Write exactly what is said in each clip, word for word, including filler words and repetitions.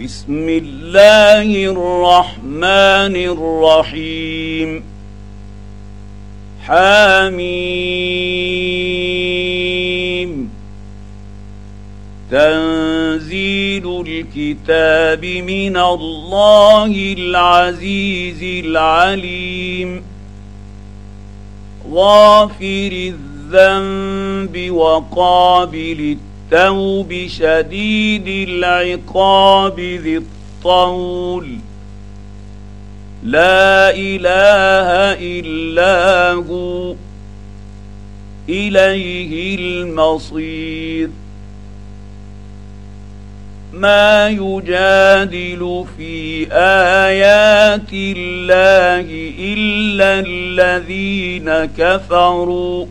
بسم الله الرحمن الرحيم حميم تنزيل الكتاب من الله العزيز العليم غافر الذنب وقابل التوب شديد العقاب ذي الطول لا إله إلا هو إليه المصير ما يجادل في آيات الله إلا الذين كفروا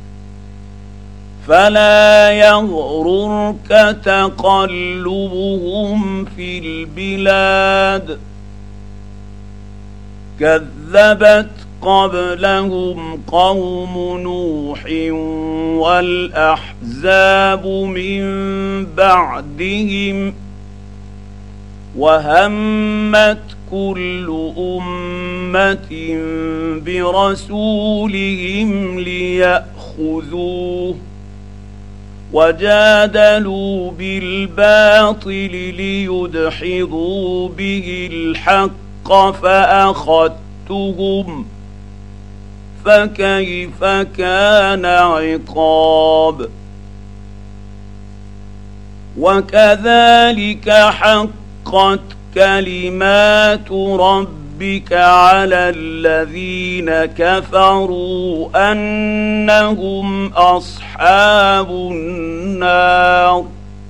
فلا يغررك تقلبهم في البلاد كذبت قبلهم قوم نوح والأحزاب من بعدهم وهمت كل أمة برسولهم ليأخذوه وجادلوا بالباطل ليدحضوا به الحق فأخذتهم فكيف كان عقاب وكذلك حقت كلمات ربك على الذين كفروا أنهم أصحاب النار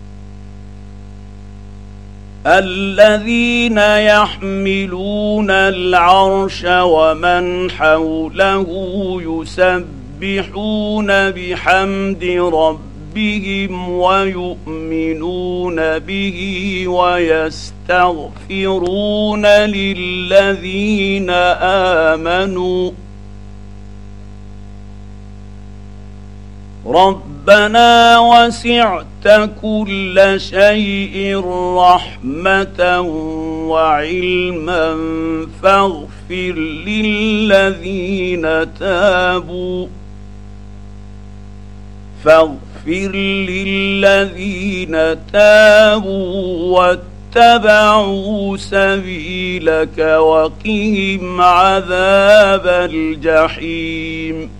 الذين يحملون العرش ومن حوله يسبحون بحمد ربهم ويؤمنون به ويستغفرون للذين آمنوا ربنا وسعت كل شيء رحمة وعلما فاغفر للذين تابوا فاغفر للذين تابوا واتبعوا سبيلك وقهم عذاب الجحيم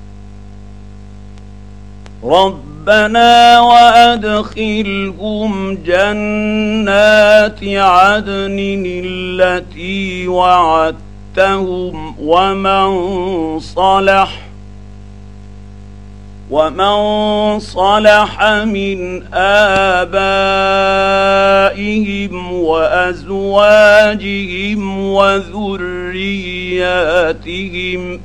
ربنا وأدخلهم جنات عدن التي وعدتهم ومن صلح ومن صلح من آبائهم وأزواجهم وذرياتهم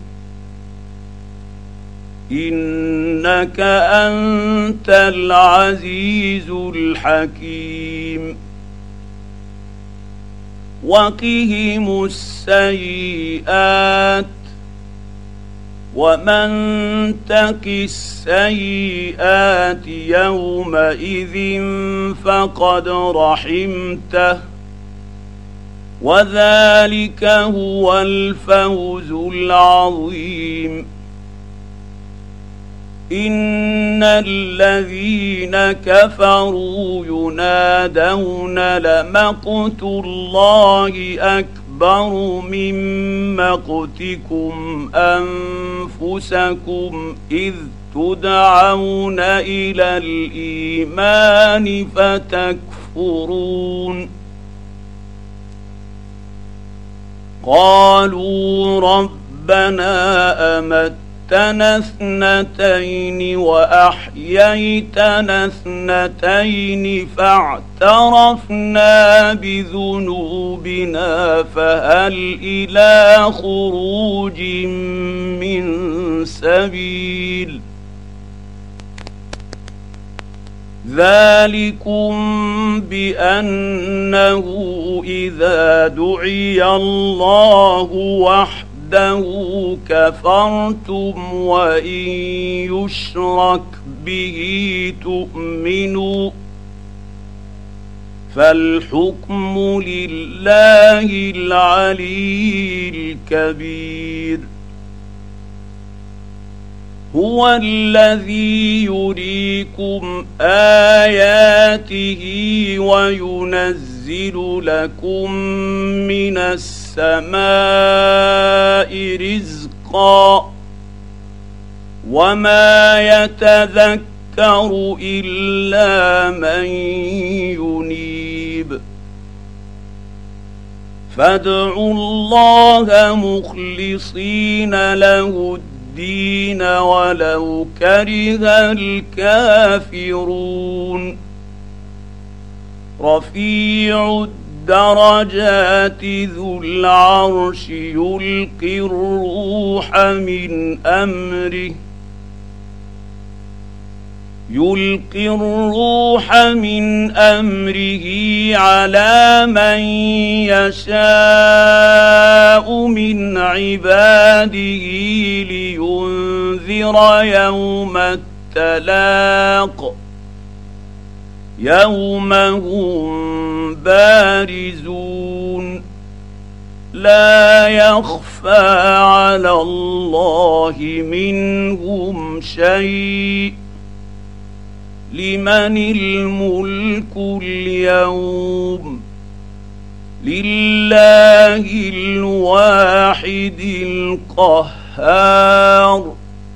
إنك أنت العزيز الحكيم وقهم السيئات ومن تق السيئات يومئذ فقد رحمته وذلك هو الفوز العظيم إن الذين كفروا ينادون لمقت الله أكبر من مقتكم أنفسكم إذ تدعون إلى الإيمان فتكفرون قالوا ربنا أمت أمتنا اثنتين وأحييتنا اثنتين فاعترفنا بذنوبنا فهل إلى خروج من سبيل ذلكم بأنه إذا دعي الله وحده كفرتم وإن يشرك به تؤمنوا فالحكم لله العلي الكبير. هو الذي يريكم آياته وينزل لكم من السماء رزقا وما يتذكر إلا من ينيب. فادعوا الله مخلصين له الدين ولو كره الكافرون. رفيع الدرجات ذو العرش يلقي الروح من أمره يلقي الروح من أمره على من يشاء من عباده لينذر يوم التلاق يوم هم بارزون لا يخفى على الله منهم شيء. لمن الملك اليوم؟ لله الواحد القهار.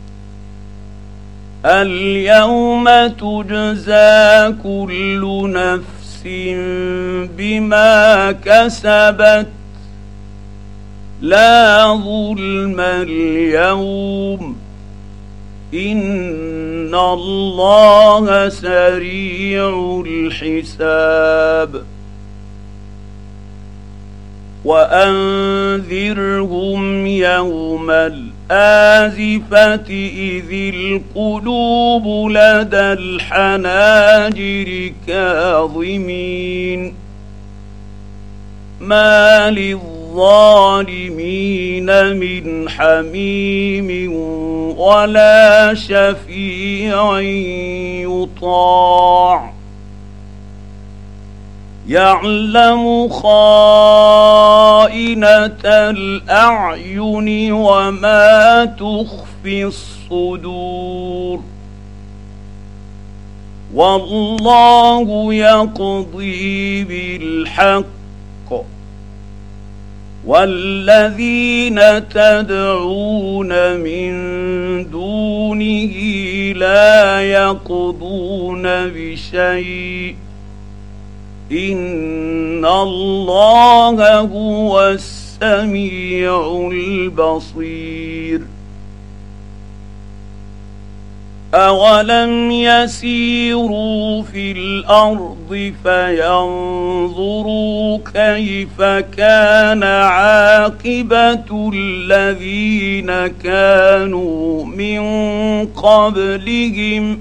اليوم تجزى كل نفس بما كسبت لا ظلم اليوم إن الله سريع الحساب. وأنذرهم يوم الآزفة إذ القلوب لدى الحناجر كاظمين ما للظالمين من حميم ولا شفيع يطاع. يعلم خائنة الأعين وما تخفي الصدور. والله يقضي بالحق والذين تدعون من دونه لا يقضون بشيء إن الله هو السميع البصير. أولم يسيروا في الأرض فينظروا كيف كان عاقبة الذين كانوا من قبلهم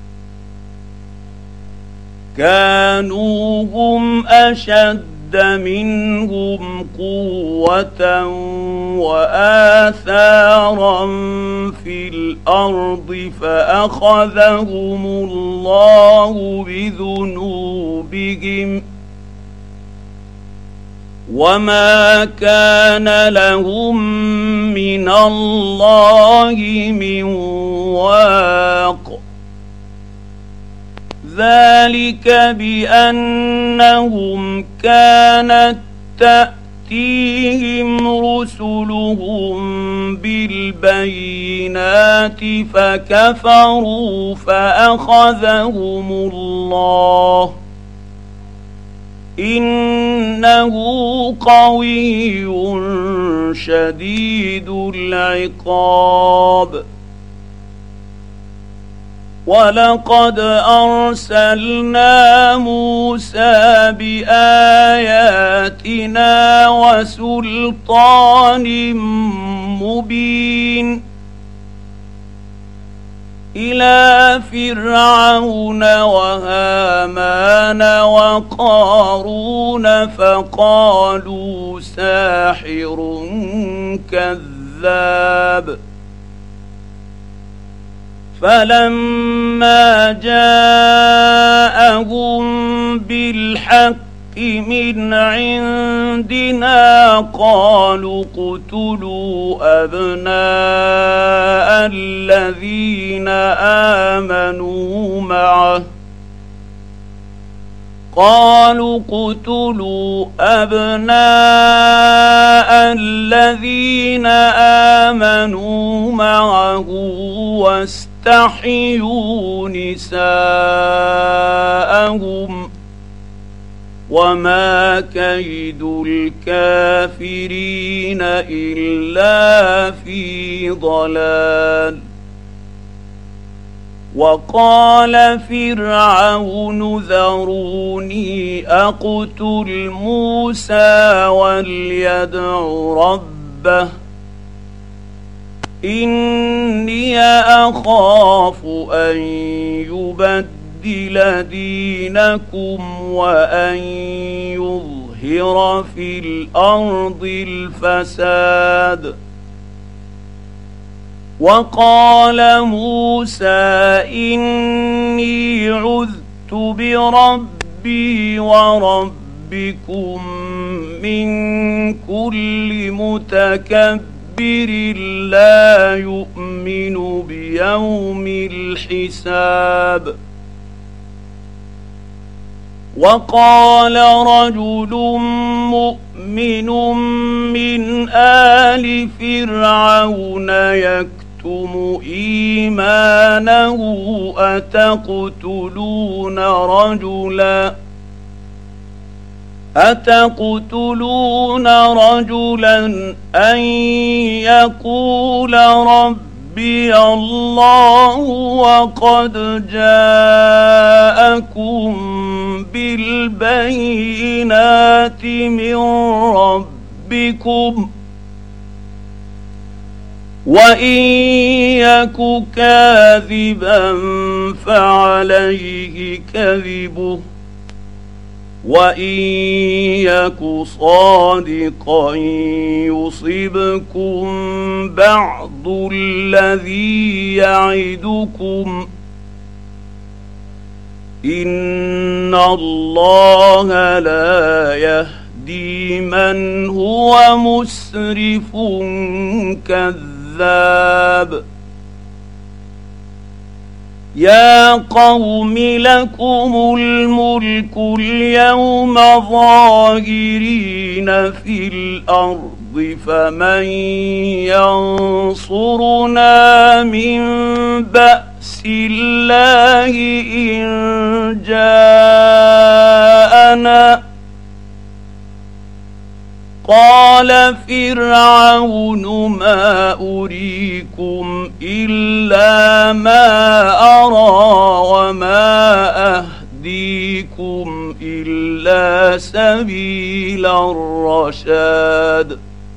كانوا هم أشد منهم قوة وآثارا في الأرض فأخذهم الله بذنوبهم وما كان لهم من الله من واق. ذلك بأنهم كانت تأتيهم رسلهم بالبينات فكفروا فأخذهم الله إنه قوي شديد العقاب. ولقد أرسلنا موسى بآياتنا وسلطان مبين إلى فرعون وهامان وقارون فقالوا ساحر كذاب. فلما جاءهم بالحق من عندنا قالوا اقتلوا أبناء الذين آمنوا معه قالوا اقتلوا أبناء الذين آمنوا معه واستحيوا نساءهم وما كيد الكافرين إلا في ضلال. وقال فرعون ذروني أقتل موسى وليدع ربه إني أخاف أن يبدل دينكم وأن يظهر في الأرض الفساد. وقال موسى إني عذت بربي وربكم من كل متكبر لا يؤمن بيوم الحساب. وقال رجل مؤمن من آل فرعون يكتم إيمانه أتقتلون رجلا أتقتلون رجلا أن يقول ربي الله وقد جاءكم بالبينات من ربكم وإن يك كاذبا فعليه كذبه وإن يك صادقا يصبكم بعض الذي يعدكم إن الله لا يهدي من هو مسرف كذاب. يا قوم لكم الملك اليوم ظاهرين في الأرض فمن ينصرنا من بأس الله إن جاءنا. قال فرعون ما أريكم إلا ما أرى وما أهديكم إلا سبيل الرشاد.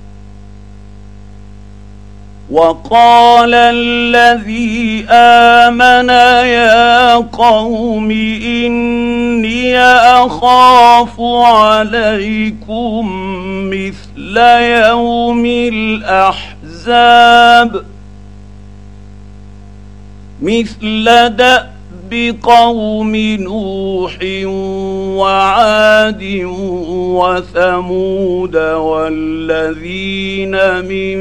وقال الذي آمن يا قوم إني أخاف عليكم مثل يوم الأحزاب مثل دأب قوم نوح وعاد وثمود والذين من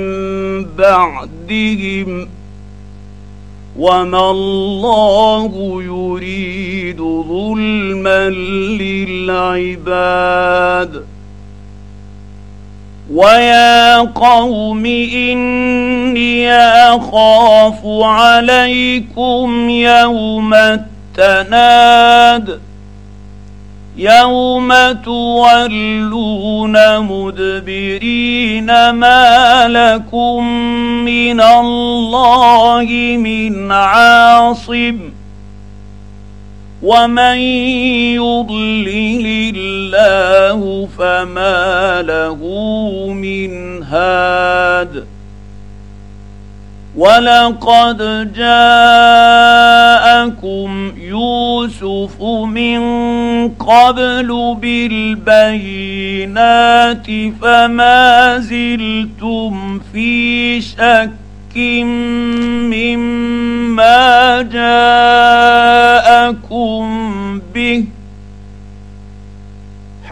بعدهم وما الله يريد ظلما للعباد. ويا قوم إني أخاف عليكم يوم التناد يوم تولون مدبرين ما لكم من الله من عاصم ومن يضلل الله فما له من هاد. ولقد جاءكم يوسف من قبل بالبينات فما زلتم في شك مما جاءكم به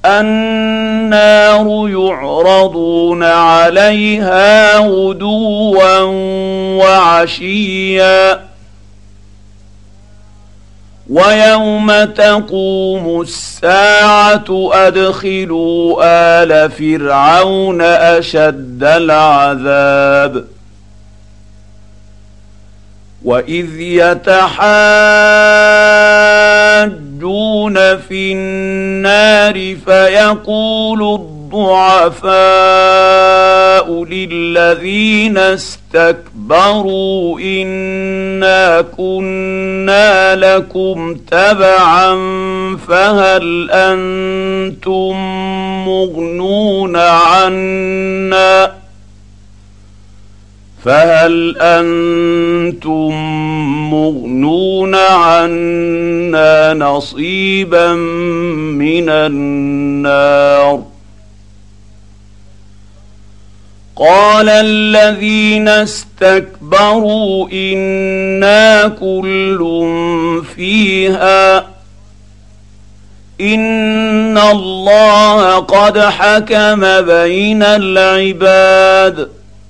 النار يعرضون عليها غدوا وعشيا ويوم تقوم الساعة أدخلوا آل فرعون أشد العذاب وإذ يتحاجون في النار فيقول الضعفاء للذين استكبروا إنا كنا لكم تبعا فهل أنتم مغنون عنا فهل أنتم مغنون عنا نصيبا من النار قال الذين استكبروا إنا كل فيها إن الله قد حكم بين العباد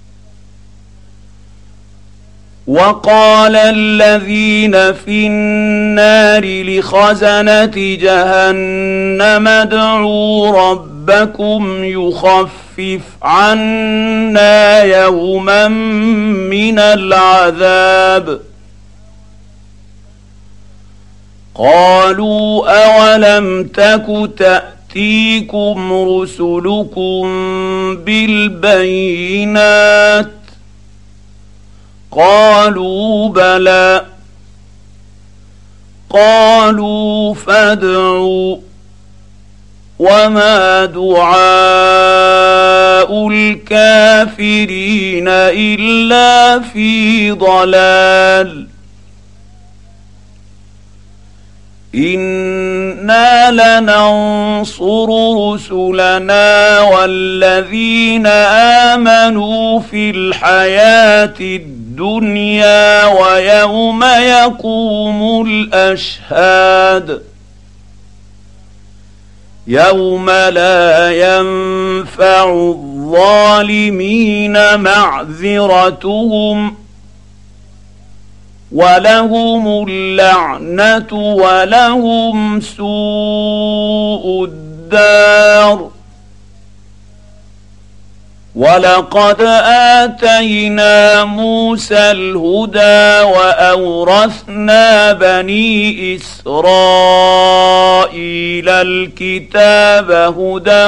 وقال الذين في النار لخزنة جهنم ادعوا ربكم يخفف عنا يوما من العذاب قالوا أولم تك تأتيكم رسلكم بالبينات قالوا بلى قالوا فادعوا وما دعاء الكافرين إلا في ضلال إنا لننصر رسلنا والذين آمنوا في الحياة الدنيا ويوم يقوم الأشهاد يوم لا ينفع الظالمين معذرتهم ولهم اللعنة ولهم سوء الدار ولقد آتينا موسى الهدى وأورثنا بني إسرائيل الكتاب هدى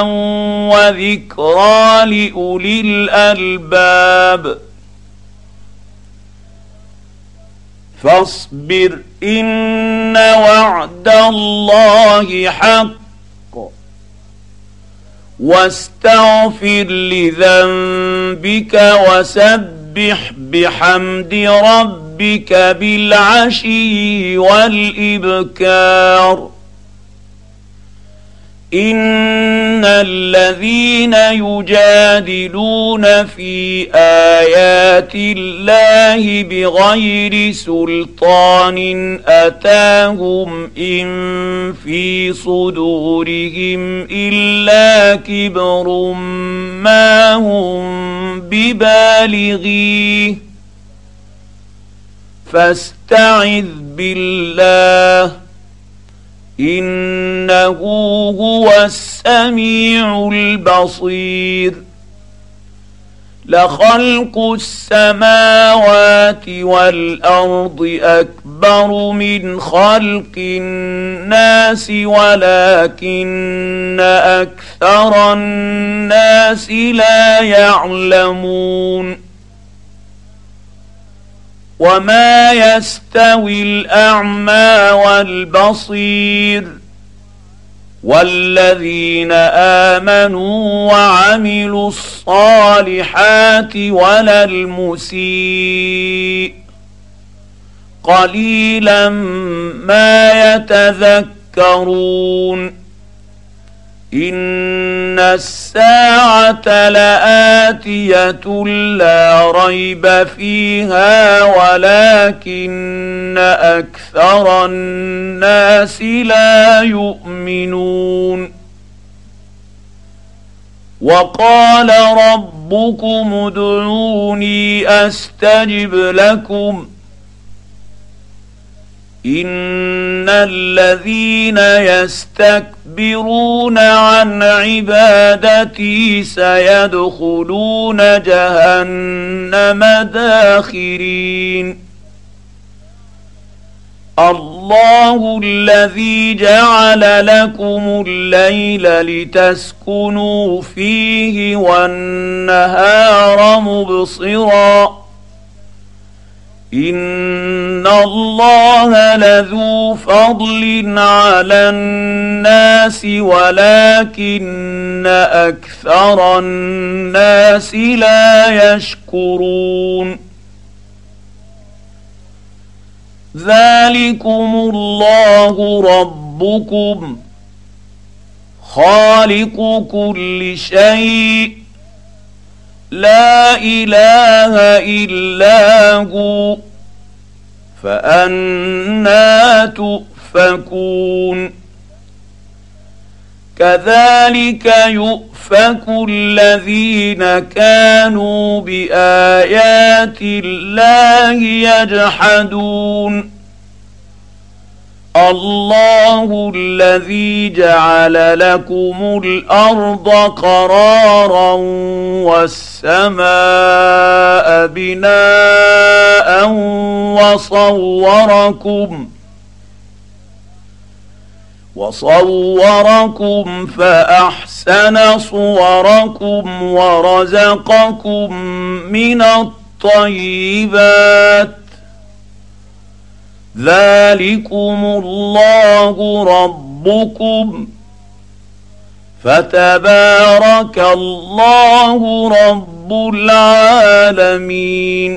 وذكرى لأولي الألباب فاصبر إن وعد الله حق واستغفر لذنبك وسبح بحمد ربك بالعشي والإبكار إن الذين يجادلون في آيات الله بغير سلطان أتاهم إن في صدورهم إلا كبر ما هم ببالغيه فاستعذ بالله إنه هو السميع البصير لخلق السماوات والأرض أكبر من خلق الناس ولكن أكثر الناس لا يعلمون وما يستوي الأعمى والبصير والذين آمنوا وعملوا الصالحات ولا المسيء قليلا ما يتذكرون إن الساعة لآتية لا ريب فيها ولكن أكثر الناس لا يؤمنون وقال ربكم ادعوني استجب لكم ان الذين يستكبرون عن عبادتي سيدخلون جهنم داخرين. الله الذي جعل لكم الليل لتسكنوا فيه والنهار مبصرا ان الله لذو فضل على الناس ولكن اكثر الناس لا يشكرون. ذلكم الله ربكم خالق كل شيء لا اله الا هو فأنى تؤفكون. كذلك يؤفك الذين كانوا بآيات الله يجحدون. الله الذي جعل لكم الأرض قرارا والسماء بناء وصوركم وصوركم فأحسن صوركم ورزقكم من الطيبات. ذلكم الله ربكم فتبارك الله رب العالمين.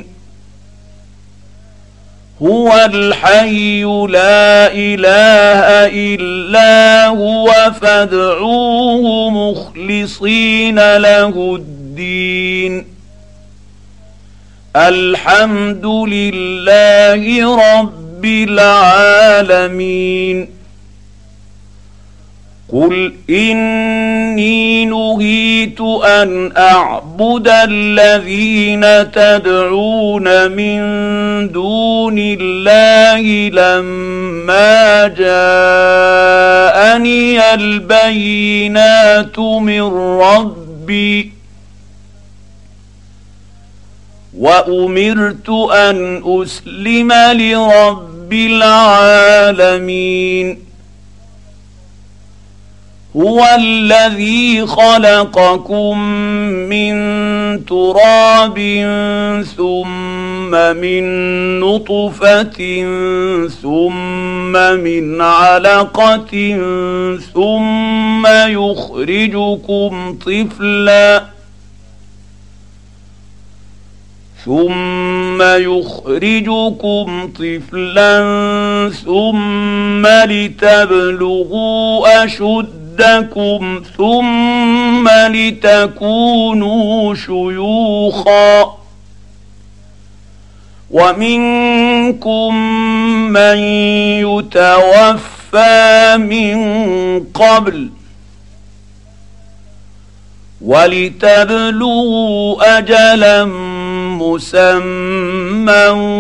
هو الحي لا اله الا هو فادعوه مخلصين له الدين. الحمد لله رب العالمين. قل إني نهيت أن أعبد الذين تدعون من دون الله لما جاءني البينات من ربي وأمرت أن أسلم لرب العالمين. هو الذي خلقكم من تراب ثم من نطفة ثم من علقة ثم يخرجكم طفلاً ثم يخرجكم طفلا ثم لتبلغوا أشدكم ثم لتكونوا شيوخا ومنكم من يتوفى من قبل ولتبلغوا أجلا مسمى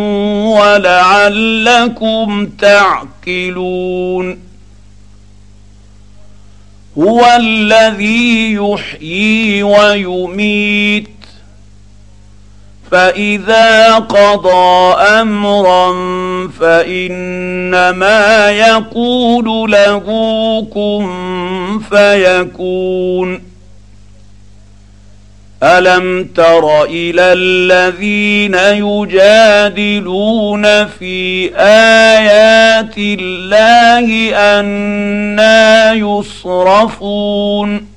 ولعلكم تعقلون. هو الذي يحيي ويميت فإذا قضى أمرا فإنما يقول له كن فيكون. ألم تر إلى الذين يجادلون في آيات الله أنى يصرفون.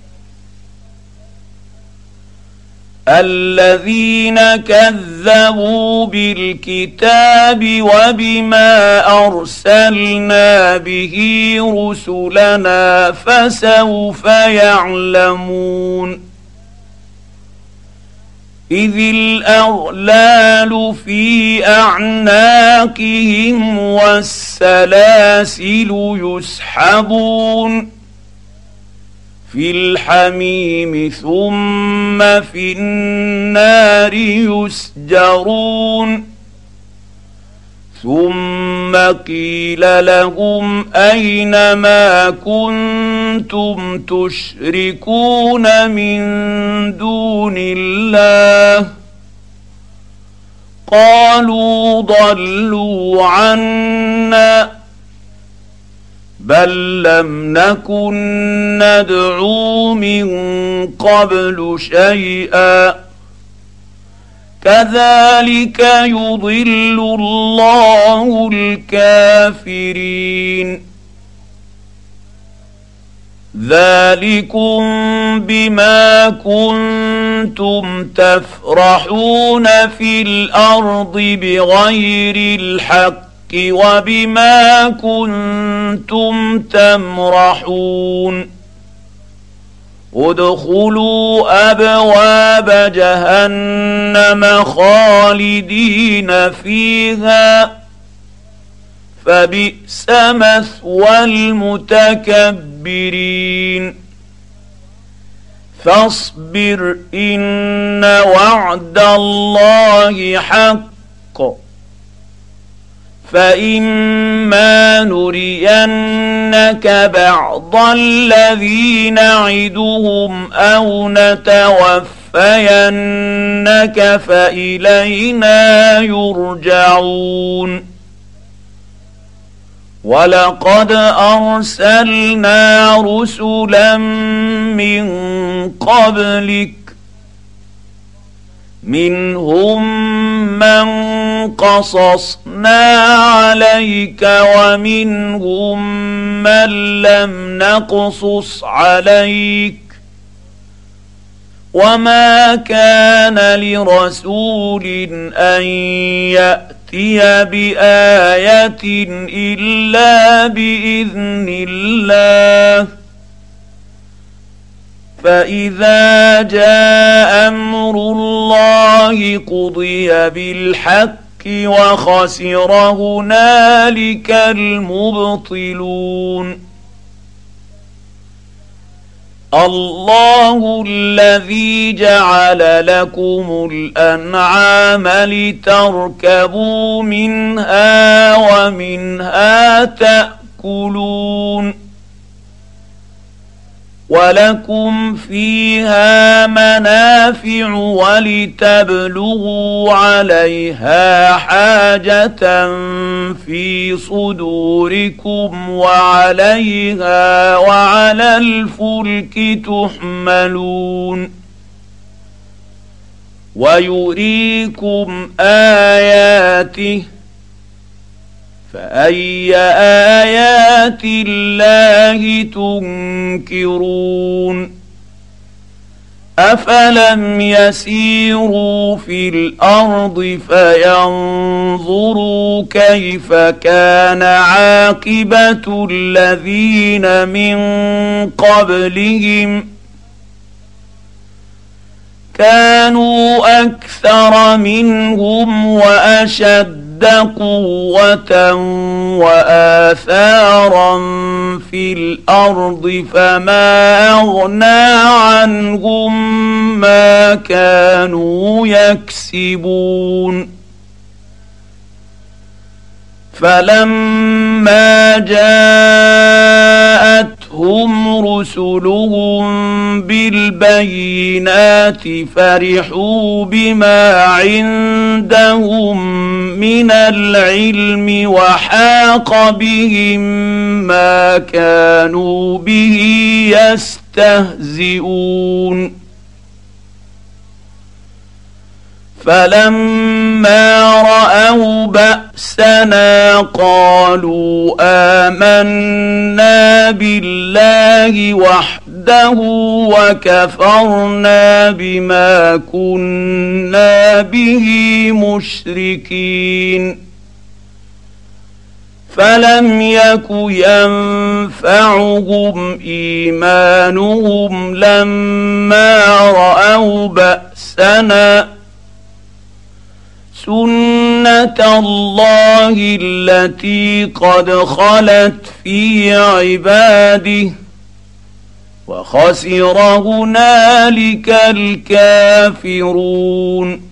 الذين كذبوا بالكتاب وبما أرسلنا به رسلنا فسوف يعلمون. إذ الأغلال في أعناقهم والسلاسل يسحبون في الحميم ثم في النار يسجرون ثم قيل لهم أين ما كنتم تشركون من دون الله قالوا ضلوا عنا بل لم نكن ندعو من قبل شيئا كذلك يضل الله الكافرين ذلكم بما كنتم تفرحون في الأرض بغير الحق وبما كنتم تمرحون ادخلوا أبواب جهنم خالدين فيها فبئس مثوى المتكبرين فاصبر إن وعد الله حق فإما نرينك بعض الذي نعدهم أو نتوفينك فإلينا يرجعون ولقد أرسلنا رسلا من قبلك منهم من قصصنا عليك ومنهم من لم نقصص عليك وما كان لرسول أن يأتي بآية إلا بإذن الله فإذا جاء أمر الله قضي بالحق وخسر هنالك المبطلون الله الذي جعل لكم الأنعام لتركبوا منها ومنها تأكلون ولكم فيها منافع ولتبلغوا عليها حاجة في صدوركم وعليها وعلى الفلك تحملون ويريكم آياته فأي آيات الله تنكرون أفلم يسيروا في الأرض فينظروا كيف كان عاقبة الذين من قبلهم كانوا أكثر منهم وأشد قوة وآثارا في الأرض فما أغنى عنهم ما كانوا يكسبون فلما جاءتهم رسلهم بالبينات فرحوا بما عندهم من العلم وحاق بهم ما كانوا به يستهزئون فلما رأوا بأسنا قالوا آمنا بالله وحده وكفرنا بما كنا به مشركين فلم يك ينفعهم إيمانهم لما رأوا بأسنا سنة الله التي قد خلت في عباده وخسر هنالك الكافرون.